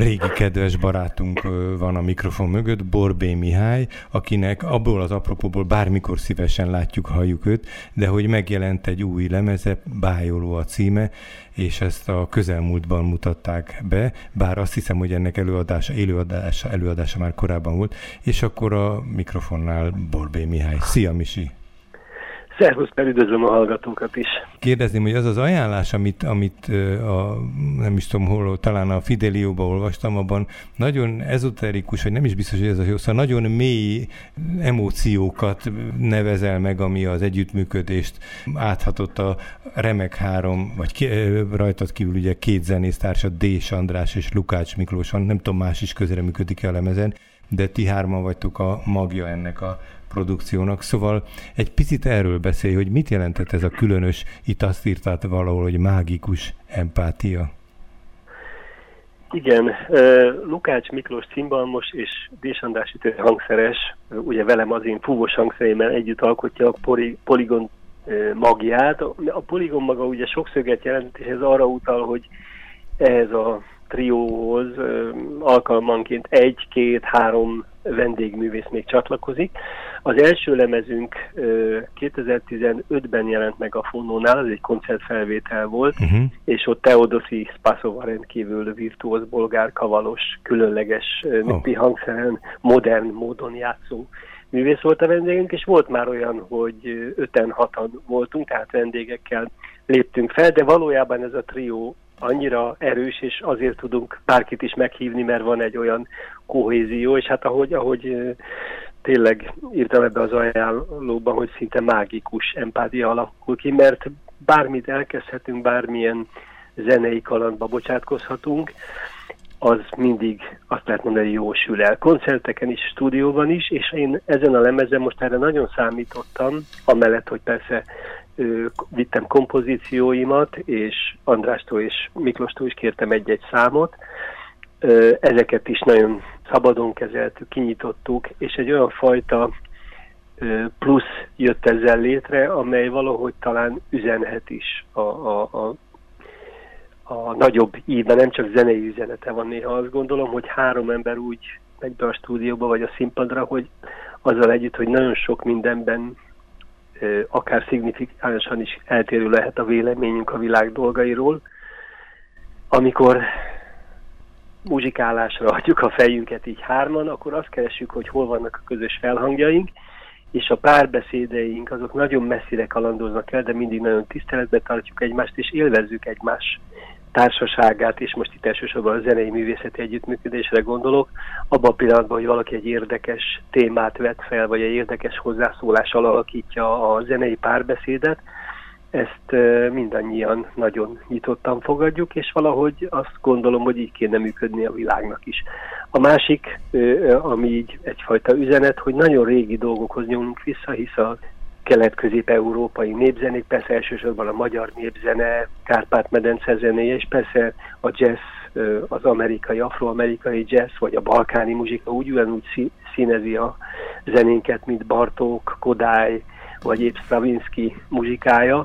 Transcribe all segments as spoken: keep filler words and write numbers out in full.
régi kedves barátunk van a mikrofon mögött, Borbély Mihály, akinek abból az apropóból bármikor szívesen látjuk, halljuk őt, de hogy megjelent egy új lemeze, Bájoló a címe, és ezt a közelmúltban mutatták be, bár azt hiszem, hogy ennek előadása, élőadása, előadása már korábban volt, és akkor a mikrofonnál Borbély Mihály. Szia, Misi! Szervusz, üdvözlöm a hallgatókat is. Kérdezném, hogy az az ajánlás, amit, amit a, nem is tudom hol, talán a Fidelióban olvastam, abban nagyon ezoterikus, vagy nem is biztos, hogy ez a jó, szóval nagyon mély emóciókat nevezel meg, ami az együttműködést áthatott a remek három, vagy ki, rajtad kívül ugye két zenésztársad, Dés András és Lukács Miklós van, nem tudom, más is közreműködik a lemezen, de ti hárman vagytok a magja ennek a produkciónak. Szóval egy picit erről beszélj, hogy mit jelentett ez a különös, itt azt írtál valahol, hogy mágikus empátia. Igen, Lukács Miklós cimbalmos és Dés András hangszeres, ugye velem az én fúvós hangszerémmel együtt alkotja a Poligon magját. A Poligon maga ugye sokszöget jelent, és ez arra utal, hogy ehhez a trióhoz alkalmanként egy, két, három vendégművész még csatlakozik. Az első lemezünk kétezer-tizenötben jelent meg a Fonónál, ez egy koncertfelvétel volt, uh-huh. és ott Teodoszi Spasova rendkívül virtuóz, bolgár, kavalos, különleges népi oh. hangszeren, modern módon játszó művész volt a vendégünk, és volt már olyan, hogy öten-hatan voltunk, tehát vendégekkel léptünk fel, de valójában ez a trió annyira erős, és azért tudunk bárkit is meghívni, mert van egy olyan kohézió, és hát ahogy, ahogy tényleg írtam ebbe az ajánlóban, hogy szinte mágikus empátia alakul ki, mert bármit elkezdhetünk, bármilyen zenei kalandba bocsátkozhatunk, az mindig azt lehet mondani, hogy jól sül el. Koncerteken is, stúdióban is, és én ezen a lemezen most erre nagyon számítottam, amellett, hogy persze vittem kompozícióimat, és Andrástól és Miklóstól is kértem egy-egy számot. Ezeket is nagyon szabadon kezeltük, kinyitottuk, és egy olyan fajta plusz jött ezzel létre, amely valahogy talán üzenhet is a, a, a, a nagyobb ívben, nem csak zenei üzenete van néha. Azt gondolom, hogy három ember úgy megy be a stúdióba, vagy a színpadra, hogy azzal együtt, hogy nagyon sok mindenben akár szignifikánsan is eltérő lehet a véleményünk a világ dolgairól. Amikor muzsikálásra adjuk a fejünket így hárman, akkor azt keresjük, hogy hol vannak a közös felhangjaink, és a párbeszédeink azok nagyon messzire kalandoznak el, de mindig nagyon tiszteletbe tartjuk egymást, és élvezzük egymás társaságát, és most itt elsősorban a zenei művészeti együttműködésre gondolok, abban a pillanatban, hogy valaki egy érdekes témát vet fel, vagy egy érdekes hozzászólással alakítja a zenei párbeszédet, ezt mindannyian nagyon nyitottan fogadjuk, és valahogy azt gondolom, hogy így kéne működni a világnak is. A másik, ami így egyfajta üzenet, hogy nagyon régi dolgokhoz nyúlunk vissza, hisz a kelet-közép-európai népzenék, persze elsősorban a magyar népzene, Kárpát-medence zenéje, és persze a jazz, az amerikai, afroamerikai jazz, vagy a balkáni muzsika úgy ugyanúgy színezi a zenénket, mint Bartók, Kodály, vagy épp Stravinsky muzsikája,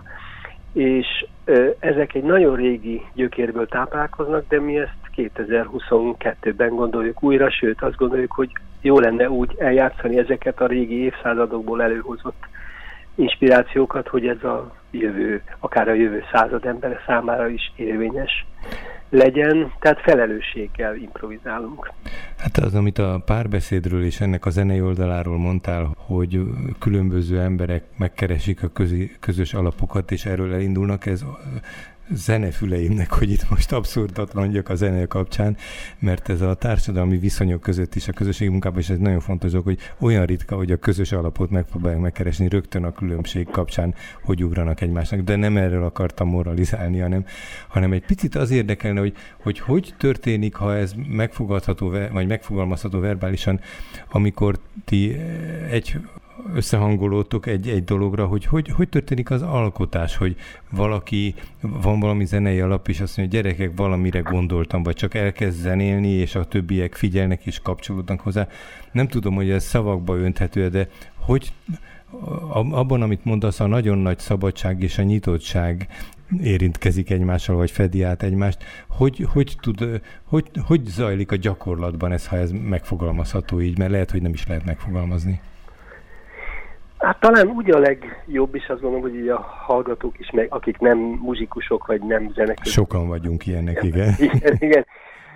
és ezek egy nagyon régi gyökérből táplálkoznak, de mi ezt kétezer-huszonkettőben gondoljuk újra, sőt azt gondoljuk, hogy jó lenne úgy eljátszani ezeket a régi évszázadokból előhozott inspirációkat, hogy ez a jövő, akár a jövő század embere számára is érvényes legyen, tehát felelősséggel improvizálunk. Hát az, amit a párbeszédről és ennek a zenei oldaláról mondtál, hogy különböző emberek megkeresik a közi, közös alapokat, és erről elindulnak, ez zenefüleimnek, hogy itt most abszurdat mondjak a zene kapcsán, mert ez a társadalmi viszonyok között is, a közösségi munkában is ez nagyon fontos dolog, hogy olyan ritka, hogy a közös alapot megpróbálják megkeresni rögtön a különbség kapcsán, hogy ugranak egymásnak, de nem erről akartam moralizálni, hanem, hanem egy picit az érdekelne, hogy, hogy hogy történik, ha ez megfogadható, vagy megfogalmazható verbálisan, amikor ti egy összehangolódtok egy, egy dologra, hogy, hogy hogy történik az alkotás, hogy valaki, van valami zenei alap, és azt mondja, hogy gyerekek, valamire gondoltam, vagy csak elkezd zenélni, és a többiek figyelnek és kapcsolódnak hozzá. Nem tudom, hogy ez szavakba önthető, de hogy abban, amit mondasz, a nagyon nagy szabadság és a nyitottság érintkezik egymással, vagy fedi át egymást. Hogy, hogy, tud, hogy, hogy zajlik a gyakorlatban ez, ha ez megfogalmazható így, mert lehet, hogy nem is lehet megfogalmazni. Hát talán úgy a legjobb is, azt gondolom, hogy így a hallgatók is, meg akik nem muzsikusok, vagy nem zenekesek. Sokan vagyunk ilyenek, igen. Igen, igen.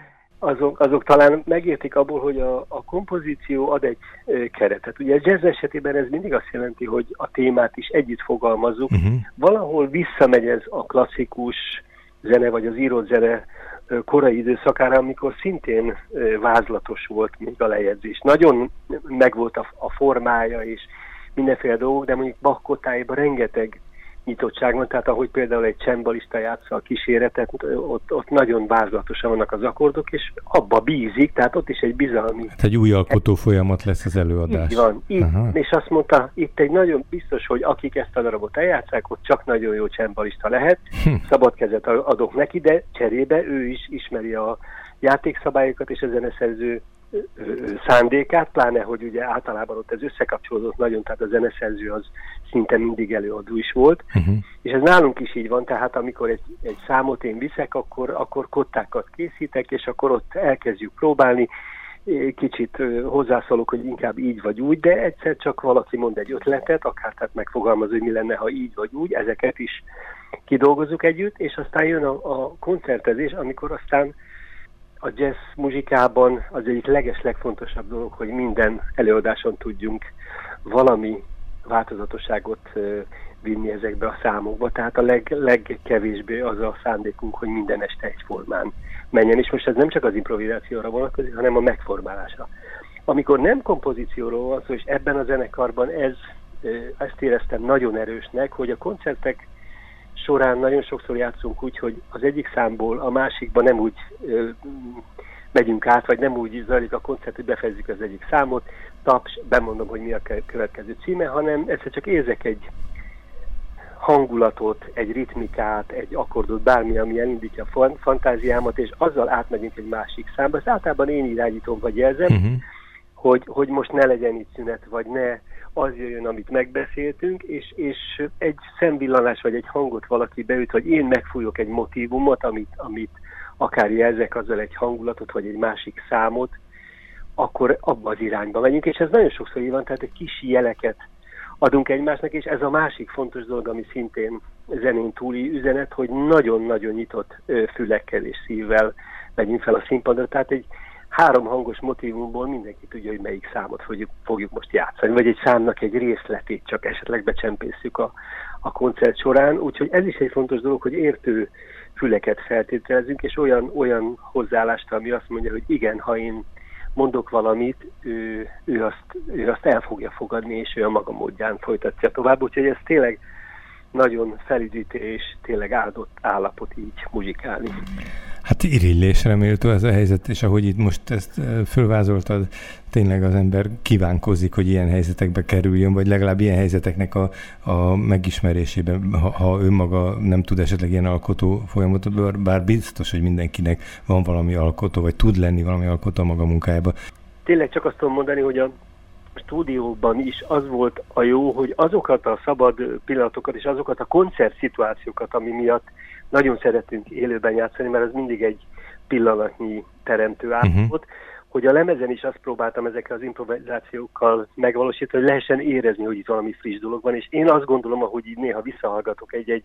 Azok, azok talán megértik abból, hogy a, a kompozíció ad egy e, keretet. Ugye a jazz esetében ez mindig azt jelenti, hogy a témát is együtt fogalmazzuk. Uh-huh. Valahol visszamegy ez a klasszikus zene, vagy az írott zene korai időszakára, amikor szintén vázlatos volt még a lejegyzés. Nagyon megvolt a, a formája, és mindenféle dolgok, de mondjuk Bach kottájában rengeteg nyitottság van, tehát ahogy például egy csembalista játsza a kíséretet, ott, ott nagyon vázlatosan vannak az akkordok, és abba bízik, tehát ott is egy bizalmi... Hát egy új alkotó folyamat lesz az előadás. Így van, így, és azt mondta, itt egy nagyon biztos, hogy akik ezt a darabot eljátszák, ott csak nagyon jó csembalista lehet, hm. szabad kezet adok neki, de cserébe ő is ismeri a játékszabályokat és a zeneszerző szándékát, pláne, hogy ugye általában ott ez összekapcsolódott nagyon, tehát a zeneszerző az szinte mindig előadó is volt, uh-huh. és ez nálunk is így van, tehát amikor egy, egy számot én viszek, akkor, akkor kottákat készítek, és akkor ott elkezdjük próbálni, kicsit hozzászólok, hogy inkább így vagy úgy, de egyszer csak valaki mond egy ötletet, akár tehát megfogalmaz, hogy mi lenne, ha így vagy úgy, ezeket is kidolgozzuk együtt, és aztán jön a, a koncertezés, amikor aztán a jazz muzsikában az egyik leges, legfontosabb dolog, hogy minden előadáson tudjunk valami változatosságot vinni ezekbe a számokba. Tehát a leg, legkevésbé az a szándékunk, hogy minden este egyformán menjen. És most ez nem csak az improvizációra vonatkozik, hanem a megformálásra. Amikor nem kompozícióról van szó, és ebben a zenekarban ez, ezt éreztem nagyon erősnek, hogy a koncertek során nagyon sokszor játszunk úgy, hogy az egyik számból a másikba nem úgy ö, megyünk át, vagy nem úgy zajlik a koncert, hogy befejezzük az egyik számot, taps, bemondom, hogy mi a következő címe, hanem egyszer csak érzek egy hangulatot, egy ritmikát, egy akkordot, bármi, ami elindítja a fantáziámat, és azzal átmegyünk egy másik számba. Ezt általában én irányítom, vagy jelzem, uh-huh. hogy, hogy most ne legyen itt szünet, vagy ne az jöjjön, amit megbeszéltünk, és, és egy szemvillanás, vagy egy hangot valaki beüt, vagy én megfújok egy motívumot, amit, amit akár jelzek azzal egy hangulatot, vagy egy másik számot, akkor abba az irányba megyünk, és ez nagyon sokszor így van, tehát egy kis jeleket adunk egymásnak, és ez a másik fontos dolog, ami szintén zenén túli üzenet, hogy nagyon-nagyon nyitott fülekkel és szívvel megyünk fel a színpadra, tehát egy három hangos motívumból mindenki tudja, hogy melyik számot fogjuk, fogjuk most játszani, vagy egy számnak egy részletét csak esetleg becsempészük a, a koncert során, úgyhogy ez is egy fontos dolog, hogy értő füleket feltételezünk, és olyan, olyan hozzáállást, ami azt mondja, hogy igen, ha én mondok valamit, ő, ő, azt, ő azt el fogja fogadni, és ő a maga módján folytatja tovább, úgyhogy ez tényleg nagyon felüdítő és tényleg áldott állapot így muzsikálni. Hát irigylésre méltó ez a helyzet, és ahogy itt most ezt fölvázoltad, tényleg az ember kívánkozik, hogy ilyen helyzetekbe kerüljön, vagy legalább ilyen helyzeteknek a, a megismerésében, ha, ha önmaga nem tud esetleg ilyen alkotó folyamatot, bár biztos, hogy mindenkinek van valami alkotó, vagy tud lenni valami alkotó a maga munkájába. Tényleg csak azt tudom mondani, hogy a stúdióban is az volt a jó, hogy azokat a szabad pillanatokat és azokat a koncertszituációkat, ami miatt nagyon szeretünk élőben játszani, mert az mindig egy pillanatnyi teremtő állapot, uh-huh. hogy a lemezen is azt próbáltam ezekkel az improvizációkkal megvalósítani, hogy lehessen érezni, hogy itt valami friss dolog van, és én azt gondolom, ahogy így néha visszahallgatok egy-egy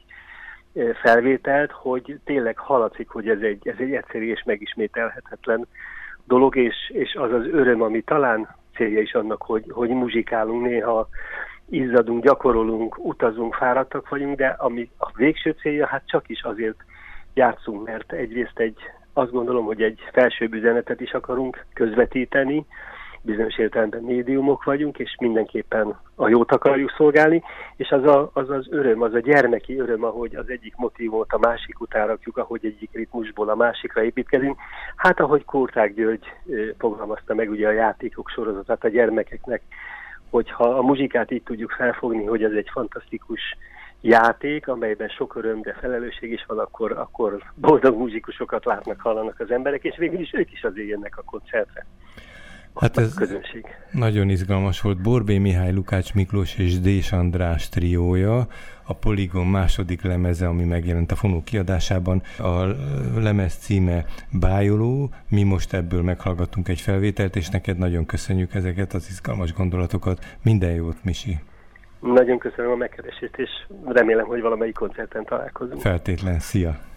felvételt, hogy tényleg hallatszik, hogy ez egy, ez egy egyszerű és megismételhetetlen dolog, és, és az az öröm, ami talán célja is annak, hogy, hogy muzsikálunk, néha izzadunk, gyakorolunk, utazunk, fáradtak vagyunk, de ami a végső célja, hát csak is azért játszunk, mert egyrészt egy, azt gondolom, hogy egy felsőbb üzenetet is akarunk közvetíteni, bizonyos értelemben médiumok vagyunk, és mindenképpen a jót akarjuk szolgálni, és az, a, az az öröm, az a gyermeki öröm, ahogy az egyik motívumot a másik után rakjuk, ahogy egyik ritmusból a másikra építkezünk. Hát ahogy Kurták György fogalmazta meg ugye a játékok sorozatát a gyermekeknek, hogyha a muzsikát így tudjuk felfogni, hogy ez egy fantasztikus játék, amelyben sok öröm, de felelősség is van, akkor, akkor boldog muzsikusokat látnak, hallanak az emberek, és végül is ők is azért jönnek a koncertre. Hát ez a közönség. Nagyon izgalmas volt. Borbély Mihály, Lukács Miklós és Dés András triója, a Polygon második lemeze, ami megjelent a Fonó kiadásában. A lemez címe Bájoló, mi most ebből meghallgattunk egy felvételt, és neked nagyon köszönjük ezeket az izgalmas gondolatokat. Minden jót, Misi! Nagyon köszönöm a megkeresést, és remélem, hogy valamelyik koncerten találkozunk. Feltétlen, szia!